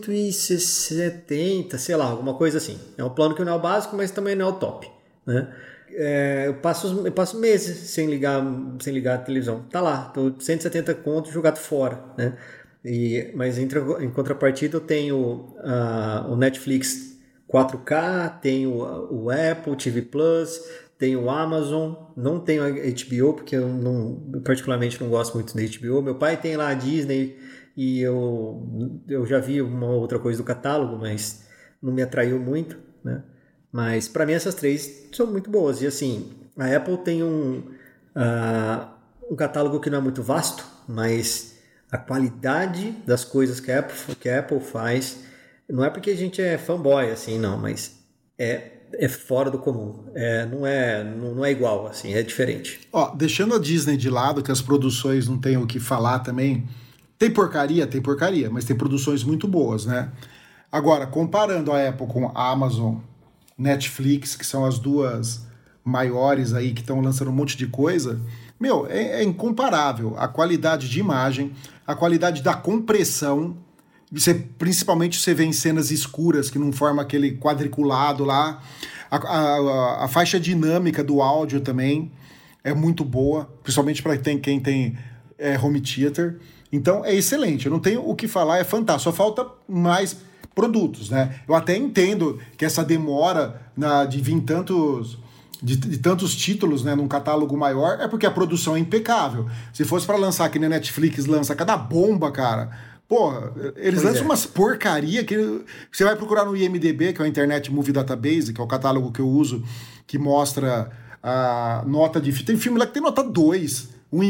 170, sei lá, alguma coisa assim. É um plano que não é o básico, mas também não é o top, né? Eu passo meses sem ligar a televisão. Tá lá, tô 170 contos jogado fora, né? Mas em contrapartida eu tenho o Netflix 4K, tenho o Apple TV Plus, tenho o Amazon, não tenho a HBO, porque eu particularmente não gosto muito da HBO. Meu pai tem lá a Disney e eu já vi uma outra coisa do catálogo, mas não me atraiu muito, né? Mas para mim essas 3 são muito boas. E assim, a Apple tem um catálogo que não é muito vasto, mas a qualidade das coisas que a Apple faz, não é porque a gente é fanboy, assim, não, mas é fora do comum. Não é igual, assim, é diferente. Deixando a Disney de lado, que as produções não tem o que falar também, tem porcaria, mas tem produções muito boas, né? Agora, comparando a Apple com a Amazon, Netflix, que são as 2 maiores aí que estão lançando um monte de coisa, incomparável. A qualidade de imagem, a qualidade da compressão, principalmente você vê em cenas escuras que não forma aquele quadriculado lá, a faixa dinâmica do áudio também é muito boa, principalmente para quem tem home theater. Então é excelente, eu não tenho o que falar, é fantástico, só falta mais produtos, né? Eu até entendo que essa demora de vir tantos títulos, né, num catálogo maior, é porque a produção é impecável. Se fosse para lançar que nem a Netflix lança cada bomba, cara, porra, eles lançam umas porcaria que você vai procurar no IMDb, que é o Internet Movie Database, que é o catálogo que eu uso, que mostra a nota de filme. Tem filme lá que tem nota 2,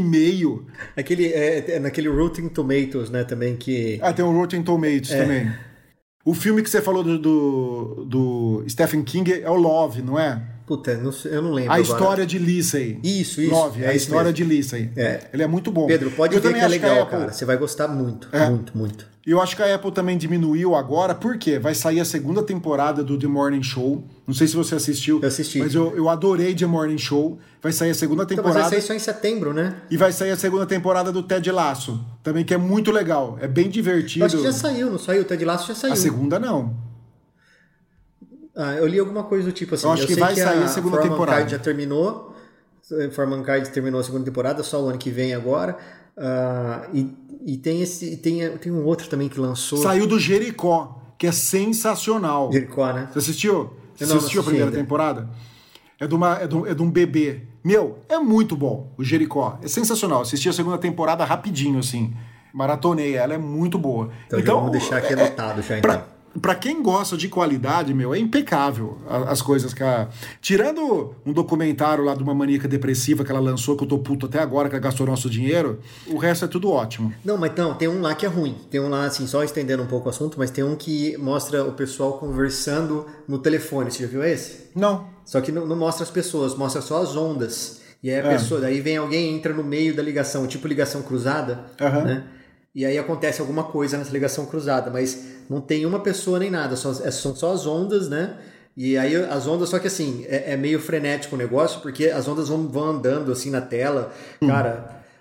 1,5. Naquele Rotten Tomatoes, né, também que... tem o Rotten Tomatoes também. O filme que você falou do Stephen King é o Love, não é? Puta, eu não lembro. A História de Lisey. Isso. Love, a História de Lisey. Ele é muito bom. Pedro, pode ver que é legal, cara. Você vai gostar muito, muito. E eu acho que a Apple também diminuiu agora, por quê? Vai sair a 2ª temporada do The Morning Show. Não sei se você assistiu. Eu assisti. Mas eu adorei The Morning Show. Vai sair a 2ª temporada. Mas vai sair só em setembro, né? E vai sair a 2ª temporada do Ted Lasso. Também, que é muito legal. É bem divertido. Eu acho que já saiu, não saiu? O Ted Lasso já saiu. A 2ª não. Eu li alguma coisa do tipo assim. Eu acho que vai sair a 2ª temporada. Card já terminou. Foreman Card terminou a 2ª temporada, só o ano que vem agora. E tem um outro também que lançou. Saiu do Jericó, que é sensacional. Jericó, né? Você assistiu? Você assistiu a primeira temporada? É de um bebê. É muito bom, o Jericó. É sensacional. Assisti a 2ª temporada rapidinho, assim. Maratonei, ela é muito boa. Então vamos deixar aqui anotado já, então. Pra quem gosta de qualidade, é impecável as coisas que Tirando um documentário lá de uma maníaca depressiva que ela lançou, que eu tô puto até agora, que ela gastou nosso dinheiro, o resto é tudo ótimo. Não, mas não, tem um lá que é ruim. Tem um lá, assim, só estendendo um pouco o assunto, mas tem um que mostra o pessoal conversando no telefone. Você já viu esse? Não. Só que não mostra as pessoas, mostra só as ondas. E aí a pessoa, daí vem alguém, entra no meio da ligação, tipo ligação cruzada, né? E aí acontece alguma coisa nessa ligação cruzada, mas não tem uma pessoa nem nada, são só as ondas, né? E aí as ondas, só que assim, é meio frenético o negócio, porque as ondas vão andando assim na tela. Cara,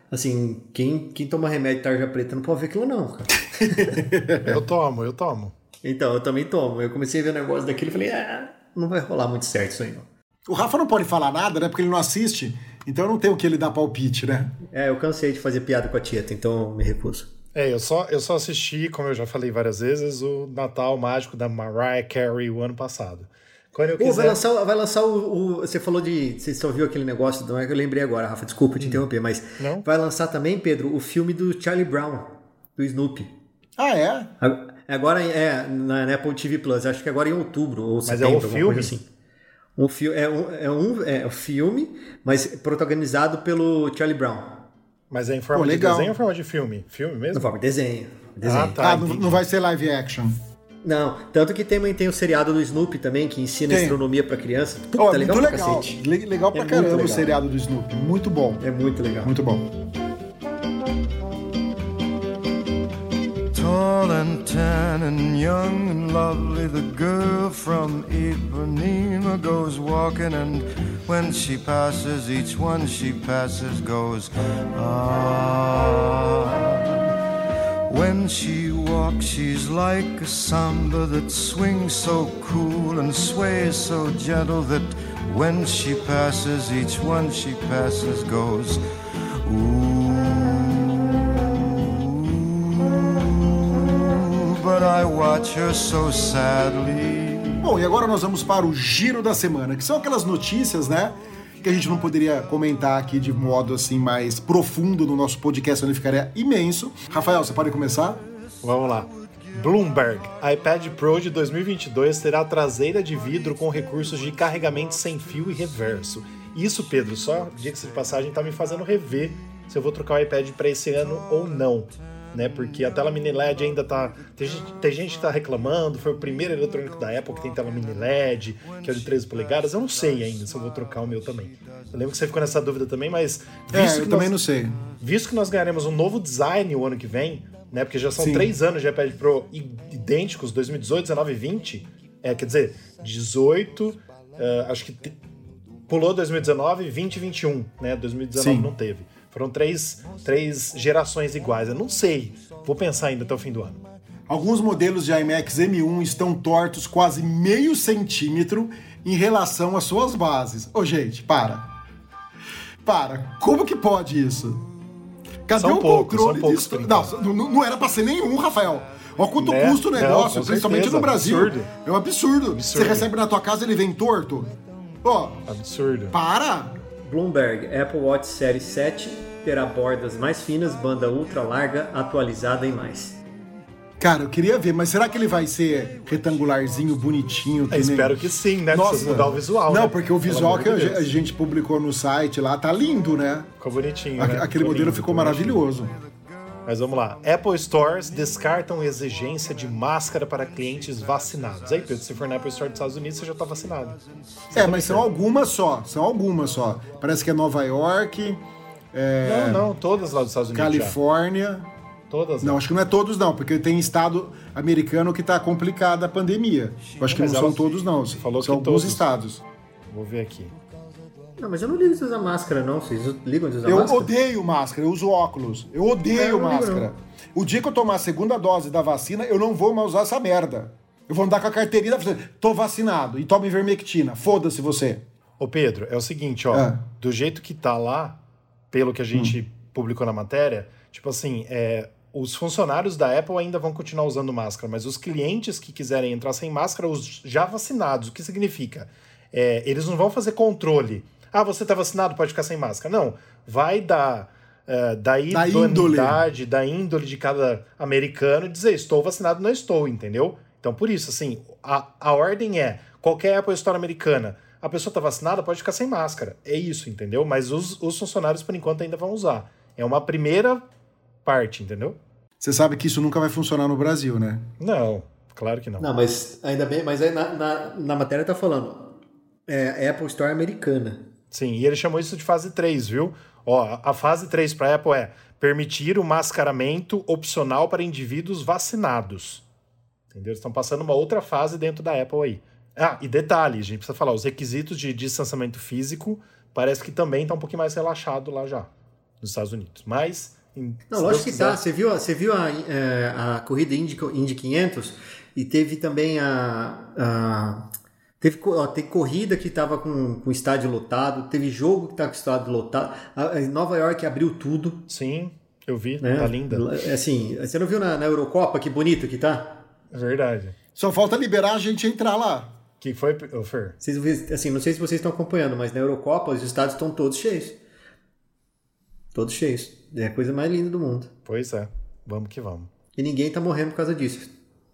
Assim, quem toma remédio tarja preta não pode ver aquilo não, cara. Eu tomo. Então, eu também tomo. Eu comecei a ver o negócio daquilo e falei, não vai rolar muito certo isso aí, não. O Rafa não pode falar nada, né? Porque ele não assiste. Então não tem o que ele dar palpite, né? Eu cansei de fazer piada com a Tieta, então me recuso. Eu só assisti, como eu já falei várias vezes, o Natal Mágico da Mariah Carey o ano passado. Quando eu quiser... Vai lançar o... Você falou de... Você só viu aquele negócio, não é que eu lembrei agora, Rafa, desculpa te interromper, mas não? Vai lançar também, Pedro, o filme do Charlie Brown, do Snoopy. Ah, é? Agora na Apple TV Plus, acho que agora em outubro ou setembro, mas é um filme? Coisa assim. É um filme, mas protagonizado pelo Charlie Brown. Mas é em forma de desenho ou em forma de filme? Filme mesmo? Em forma de desenho. Tá. Não vai ser live action. Não, tanto que tem o seriado do Snoopy também, que ensina astronomia pra criança. Puta, legal pra legal. cacete. Legal pra caramba o seriado do Snoopy. Muito bom. É muito legal. Muito bom. Tall and tan and young and lovely, the girl from Ipanema goes walking, and when she passes, each one she passes goes, When she walks, she's like a samba that swings so cool and sways so gentle that when she passes, each one she passes goes, But I watch her so sadly. Bom, e agora nós vamos para o Giro da Semana, que são aquelas notícias, né, que a gente não poderia comentar aqui de modo assim mais profundo no nosso podcast, onde ficaria imenso. Rafael, você pode começar? Vamos lá. Bloomberg, iPad Pro de 2022 terá traseira de vidro com recursos de carregamento sem fio e reverso. Isso, Pedro, só diga-se de passagem, tá me fazendo rever se eu vou trocar o iPad para esse ano ou não. Né, porque a tela mini LED ainda tá... Tem gente que tá reclamando, foi o primeiro eletrônico da Apple que tem tela mini LED, que é o de 13 polegadas, eu não sei ainda se eu vou trocar o meu também. Eu lembro que você ficou nessa dúvida também, mas... também não sei. Visto que nós ganharemos um novo design o ano que vem, né, porque já são 3 anos de iPad Pro idênticos, 2018, 19 e 20, quer dizer, 18, acho que pulou 2019, 20 e 21, né, 2019 não teve. Foram três gerações iguais. Eu não sei. Vou pensar ainda até o fim do ano. Alguns modelos de iMacs M1 estão tortos quase meio centímetro em relação às suas bases. Ô, gente, para. Como que pode isso? Cadê o controle disso? Não era pra ser nenhum, Rafael. Olha quanto custa o negócio, principalmente no Brasil. Absurdo. É um absurdo. Você recebe na tua casa, ele vem torto. Absurdo. Para! Bloomberg, Apple Watch Série 7 terá bordas mais finas, banda ultra larga, atualizada e mais. Cara, eu queria ver, mas será que ele vai ser retangularzinho, bonitinho? Espero que sim, né? Nossa, precisa mudar o visual. Não, né? porque o visual que a gente publicou no site lá tá lindo, né? Ficou bonitinho, né? Aquele modelo ficou maravilhoso. Mas vamos lá. Apple Stores descartam exigência de máscara para clientes vacinados. Aí, Pedro, se for na Apple Store dos Estados Unidos, você já tá vacinado. Mas são algumas só. Parece que é Nova York. Não, todas lá dos Estados Unidos. Califórnia. Já. Todas. Não, acho que não é todos não, porque tem estado americano que tá complicada a pandemia. Eu acho que não são todos não. Falou são que alguns todos. estados. Vou ver aqui. Não, mas eu não ligo de usar máscara, não. Vocês ligam de usar máscara? Eu odeio máscara, eu uso óculos. Eu odeio máscara. O dia que eu tomar a segunda dose da vacina, eu não vou mais usar essa merda. Eu vou andar com a carteirinha da tô vacinado e tomo ivermectina. Foda-se você. Ô Pedro, é o seguinte, do jeito que tá lá, pelo que a gente publicou na matéria, tipo assim, os funcionários da Apple ainda vão continuar usando máscara, mas os clientes que quiserem entrar sem máscara, os já vacinados, o que significa? Eles não vão fazer controle. Você tá vacinado, pode ficar sem máscara. Não, vai da idoneidade, da índole de cada americano dizer estou vacinado, não estou, entendeu? Então, por isso, assim, a ordem qualquer Apple Store americana, a pessoa tá vacinada, pode ficar sem máscara. É isso, entendeu? Mas os funcionários, por enquanto, ainda vão usar. É uma primeira parte, entendeu? Você sabe que isso nunca vai funcionar no Brasil, né? Não, claro que não. Não, mas ainda bem, mas aí na matéria tá falando Apple Store americana. Sim, e ele chamou isso de fase 3, viu? A fase 3 para a Apple é permitir o mascaramento opcional para indivíduos vacinados. Entendeu? Eles estão passando uma outra fase dentro da Apple aí. E detalhe, a gente precisa falar, os requisitos de distanciamento físico parece que também tá um pouquinho mais relaxado lá já. nos Estados Unidos. Mas... Não, lógico que tá. Você viu a corrida Indy 500 e teve também Tem corrida que estava com o estádio lotado, teve jogo que estava com o estádio lotado. Nova York abriu tudo. Sim, eu vi, né? Tá linda. Assim, você não viu na Eurocopa que bonito que tá? É verdade. Só falta liberar a gente entrar lá. Que foi, Fer? Assim, não sei se vocês estão acompanhando, mas na Eurocopa os estádios estão todos cheios. Todos cheios. É a coisa mais linda do mundo. Pois é. Vamos que vamos. E ninguém tá morrendo por causa disso.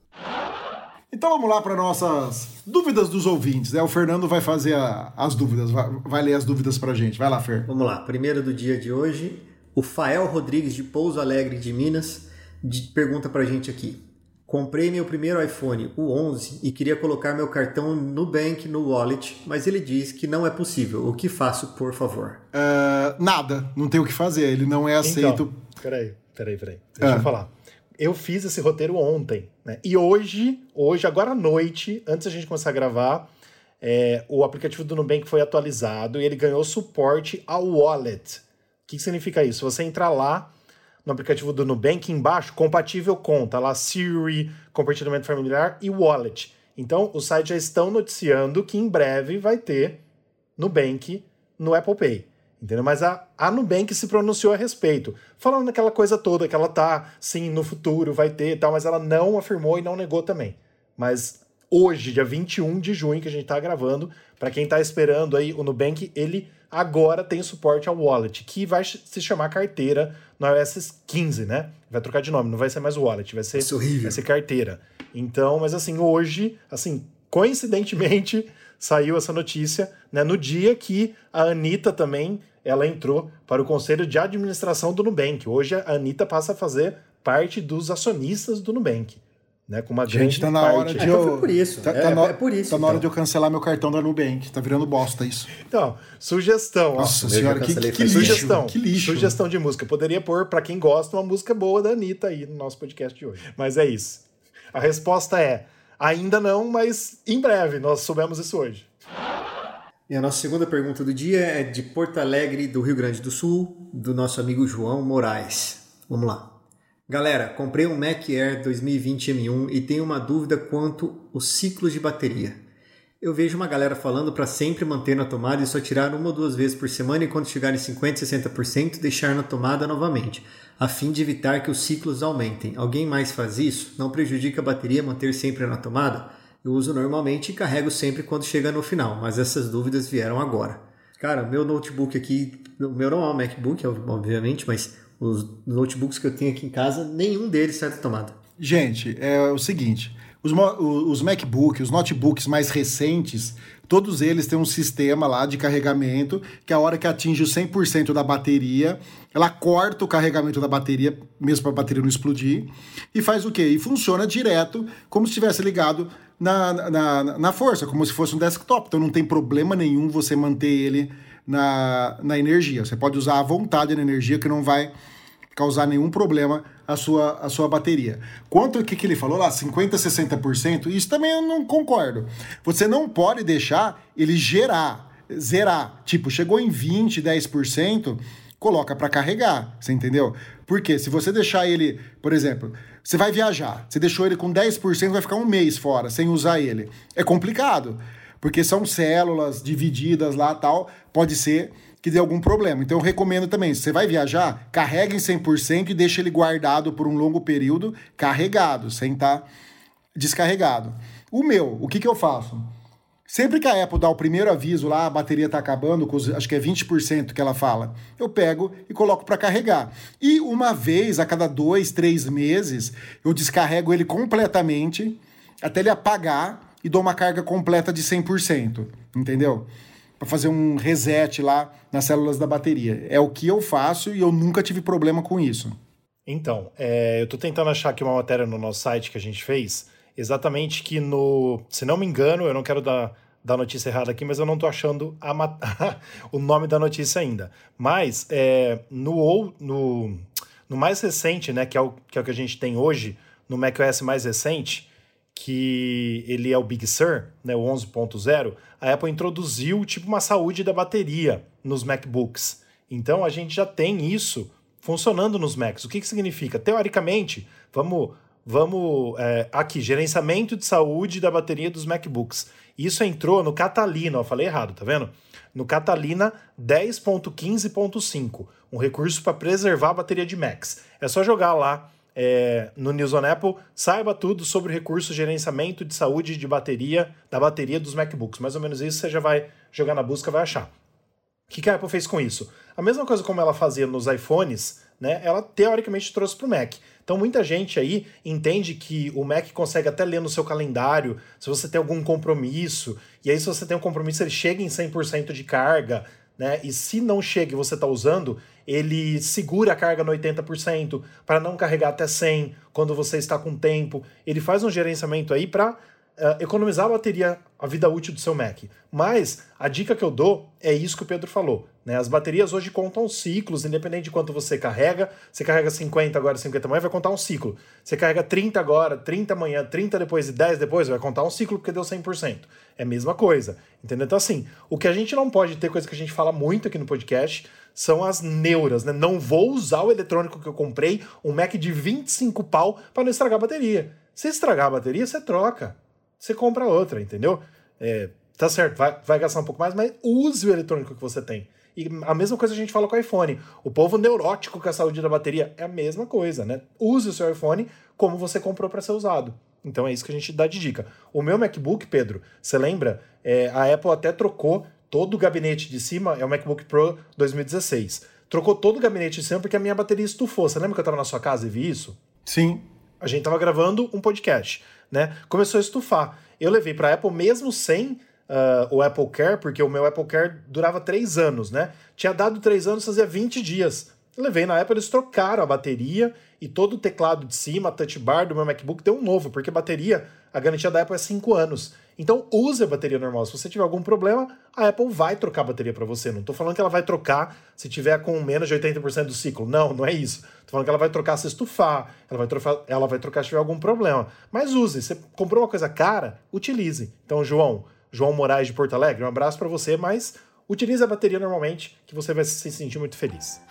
Então vamos lá para nossas dúvidas dos ouvintes. O Fernando vai fazer as dúvidas, vai ler as dúvidas pra gente. Vai lá, Fer. Vamos lá. Primeiro do dia de hoje, o Fael Rodrigues de Pouso Alegre de Minas pergunta pra gente aqui. Comprei meu primeiro iPhone, o 11, e queria colocar meu cartão Nubank no wallet, mas ele diz que não é possível. O que faço, por favor? Nada. Não tem o que fazer. Ele não é aceito. Então, peraí. Deixa eu falar. Eu fiz esse roteiro ontem, né? E hoje, agora à noite, antes da gente começar a gravar, o aplicativo do Nubank foi atualizado e ele ganhou suporte ao wallet. O que significa isso? Você entrar lá no aplicativo do Nubank, embaixo, compatível com, tá lá Siri, compartilhamento familiar e wallet. Então, os sites já estão noticiando que em breve vai ter Nubank no Apple Pay. Entendeu? Mas a Nubank se pronunciou a respeito, falando aquela coisa toda que ela tá, sim, no futuro vai ter e tal, mas ela não afirmou e não negou também. Mas hoje, dia 21 de junho, que a gente tá gravando, para quem tá esperando aí, o Nubank, ele agora tem suporte ao wallet, que vai se chamar carteira no iOS 15, né? Vai trocar de nome, não vai ser mais wallet, vai ser carteira. Então, mas assim, hoje, assim, coincidentemente, saiu essa notícia, né, no dia que a Anitta também, ela entrou para o Conselho de Administração do Nubank. Hoje a Anitta passa a fazer parte dos acionistas do Nubank, né, com uma grande tá na parte. Hora de foi por isso. É por isso. Tá na hora então. de eu cancelar meu cartão da Nubank. Tá virando bosta isso. Então, sugestão. Nossa ó, senhora, que lixo. Sugestão, que lixo. Sugestão de música. Poderia pôr, para quem gosta, uma música boa da Anitta aí no nosso podcast de hoje. Mas é isso. A resposta é, ainda não, mas em breve. Nós soubemos isso hoje. E a nossa segunda pergunta do dia é de Porto Alegre, do Rio Grande do Sul, do nosso amigo João Moraes. Vamos lá. Galera, comprei um Mac Air 2020 M1 e tenho uma dúvida quanto aos ciclos de bateria. Eu vejo uma galera falando para sempre manter na tomada e só tirar 1 ou 2 vezes por semana e quando chegar em 50%, 60% deixar na tomada novamente, a fim de evitar que os ciclos aumentem. Alguém mais faz isso? Não prejudica a bateria manter sempre na tomada? Eu uso normalmente e carrego sempre quando chega no final, mas essas dúvidas vieram agora. Cara, meu notebook aqui, o meu não é um MacBook, obviamente, mas os notebooks que eu tenho aqui em casa, nenhum deles sai da tomada. Gente, é o seguinte, os MacBooks, os notebooks mais recentes, todos eles têm um sistema lá de carregamento que a hora que atinge o 100% da bateria, ela corta o carregamento da bateria, mesmo para a bateria não explodir, e faz o quê? E funciona direto, como se estivesse ligado na força, como se fosse um desktop. Então não tem problema nenhum você manter ele na energia. Você pode usar à vontade na energia que não vai causar nenhum problema a sua bateria. Quanto que ele falou lá? 50%, 60%? Isso também eu não concordo. Você não pode deixar ele zerar. Tipo, chegou em 20%, 10%, coloca para carregar, você entendeu? Porque se você deixar ele, por exemplo, você vai viajar, você deixou ele com 10%, vai ficar um mês fora, sem usar ele. É complicado, porque são células divididas lá e tal, pode ser que dê algum problema. Então eu recomendo também, se você vai viajar, carregue em 100% e deixe ele guardado por um longo período, carregado, sem estar descarregado. O que eu faço? Sempre que a Apple dá o primeiro aviso lá, a bateria está acabando, acho que é 20% que ela fala, eu pego e coloco para carregar. E uma vez a cada 2, 3 meses, eu descarrego ele completamente, até ele apagar e dou uma carga completa de 100%, entendeu? Para fazer um reset lá nas células da bateria. É o que eu faço e eu nunca tive problema com isso. Então, eu tô tentando achar aqui uma matéria no nosso site que a gente fez, exatamente que se não me engano, eu não quero dar notícia errada aqui, mas eu não tô achando o nome da notícia ainda. Mas no mais recente, né, que é o que a gente tem hoje, no macOS mais recente, que ele é o Big Sur, né, o 11.0, a Apple introduziu tipo uma saúde da bateria nos MacBooks. Então a gente já tem isso funcionando nos Macs. O que significa? Teoricamente, vamos aqui, gerenciamento de saúde da bateria dos MacBooks. Isso entrou no Catalina, eu falei errado, tá vendo? No Catalina 10.15.5, um recurso para preservar a bateria de Macs. É só jogar lá no News on Apple, saiba tudo sobre o recurso gerenciamento de saúde de bateria, da bateria dos MacBooks. Mais ou menos isso, você já vai jogar na busca, vai achar. O que a Apple fez com isso? A mesma coisa como ela fazia nos iPhones, né? Ela teoricamente trouxe para o Mac. Então muita gente aí entende que o Mac consegue até ler no seu calendário se você tem algum compromisso, e aí se você tem um compromisso ele chega em 100% de carga, né? E se não chega e você está usando, ele segura a carga no 80% para não carregar até 100% quando você está com tempo. Ele faz um gerenciamento aí para economizar a bateria, a vida útil do seu Mac. Mas a dica que eu dou é isso que o Pedro falou, né? As baterias hoje contam ciclos, independente de quanto você carrega 50 agora, 50 amanhã, vai contar um ciclo. Você carrega 30 agora, 30 amanhã, 30 depois e 10 depois, vai contar um ciclo porque deu 100%. É a mesma coisa, entendeu? Então assim, o que a gente não pode ter, coisa que a gente fala muito aqui no podcast, são as neuras, né? Não vou usar o eletrônico que eu comprei, um Mac de 25 pau, para não estragar a bateria. Se estragar a bateria, você troca. Você compra outra, entendeu? Tá certo, vai gastar um pouco mais, mas use o eletrônico que você tem. E a mesma coisa a gente fala com o iPhone. O povo neurótico com a saúde da bateria é a mesma coisa, né? Use o seu iPhone como você comprou para ser usado. Então é isso que a gente dá de dica. O meu MacBook, Pedro, você lembra? A Apple até trocou todo o gabinete de cima, é o MacBook Pro 2016. Trocou todo o gabinete de cima porque a minha bateria estufou. Você lembra que eu estava na sua casa e vi isso? Sim. A gente estava gravando um podcast, né? Começou a estufar. Eu levei para a Apple mesmo sem o Apple Care, porque o meu Apple Care durava 3 anos, né? Tinha dado 3 anos, fazia 20 dias. Eu levei na Apple, eles trocaram a bateria e todo o teclado de cima, a touch bar do meu MacBook deu um novo, porque a garantia da Apple é 5 anos. Então use a bateria normal. Se você tiver algum problema, a Apple vai trocar a bateria para você. Não estou falando que ela vai trocar se tiver com menos de 80% do ciclo. Não é isso. Estou falando que ela vai trocar se estufar, ela vai trocar se tiver algum problema. Mas use. Você comprou uma coisa cara, utilize. Então, João Moraes de Porto Alegre, um abraço para você, mas utilize a bateria normalmente, que você vai se sentir muito feliz.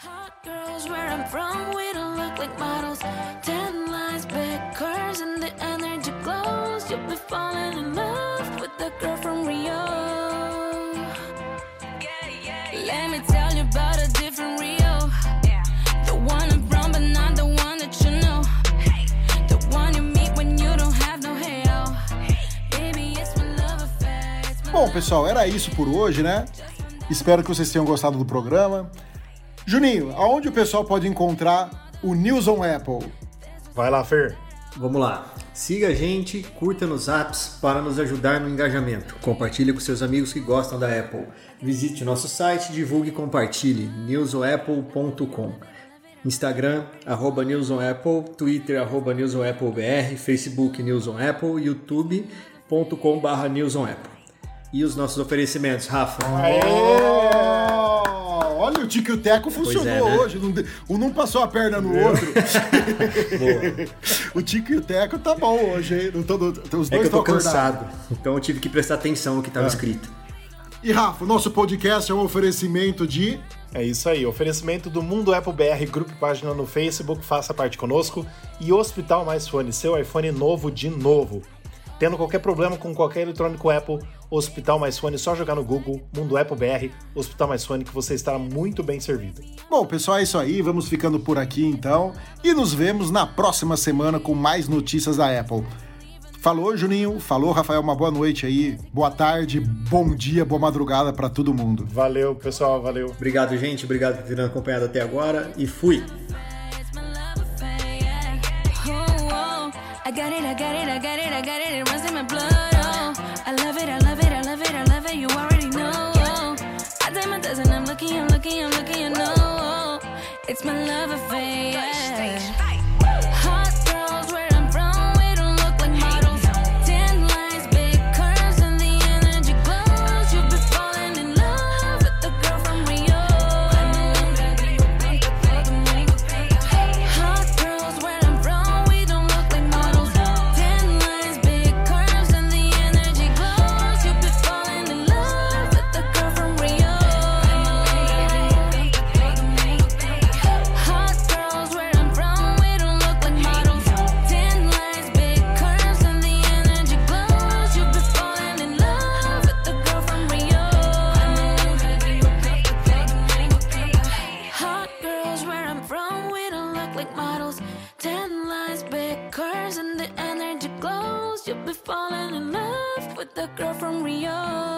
Bom, pessoal, era isso por hoje, né? Espero que vocês tenham gostado do programa. Juninho, aonde o pessoal pode encontrar o News on Apple? Vai lá, Fer. Vamos lá. Siga a gente, curta nos apps para nos ajudar no engajamento. Compartilhe com seus amigos que gostam da Apple. Visite o nosso site, divulgue e compartilhe. newsonapple.com. Instagram, @newsonapple, Twitter, @newsonapplebr, Facebook newsonapple, youtube.com/newsonapple. E os nossos oferecimentos, Rafa? Olha, o Tico e o Teco funcionou hoje. Um não passou a perna no outro. O Tico e o Teco tá bom hoje, hein? Os dois que eu tô cansado, então eu tive que prestar atenção no que estava escrito. E Rafa, o nosso podcast é um oferecimento de... É isso aí, oferecimento do Mundo Apple BR, grupo e página no Facebook, faça parte conosco. E Hospital Mais Fone, seu iPhone novo de novo. Tendo qualquer problema com qualquer eletrônico Apple, Hospital Mais Fone, só jogar no Google, Mundo Apple BR, Hospital Mais Fone, que você estará muito bem servido. Bom, pessoal, é isso aí. Vamos ficando por aqui, então. E nos vemos na próxima semana com mais notícias da Apple. Falou, Juninho. Falou, Rafael. Uma boa noite aí. Boa tarde, bom dia, boa madrugada para todo mundo. Valeu, pessoal. Valeu. Obrigado, gente. Obrigado por terem acompanhado até agora. E fui. I got it, it runs in my blood, oh. I love it, you already know, oh. I dime a dozen, I'm looking, you know, it's my love affair. Hot girls where I'm from, we don't look like models. 10 lines, big curves, and the energy glows. You'll be falling in love with the girl from Rio. Hot girls where I'm from, we don't look like models. 10 lines, big curves, and the curves and the energy glows. You'll be falling in love with the girl from Rio.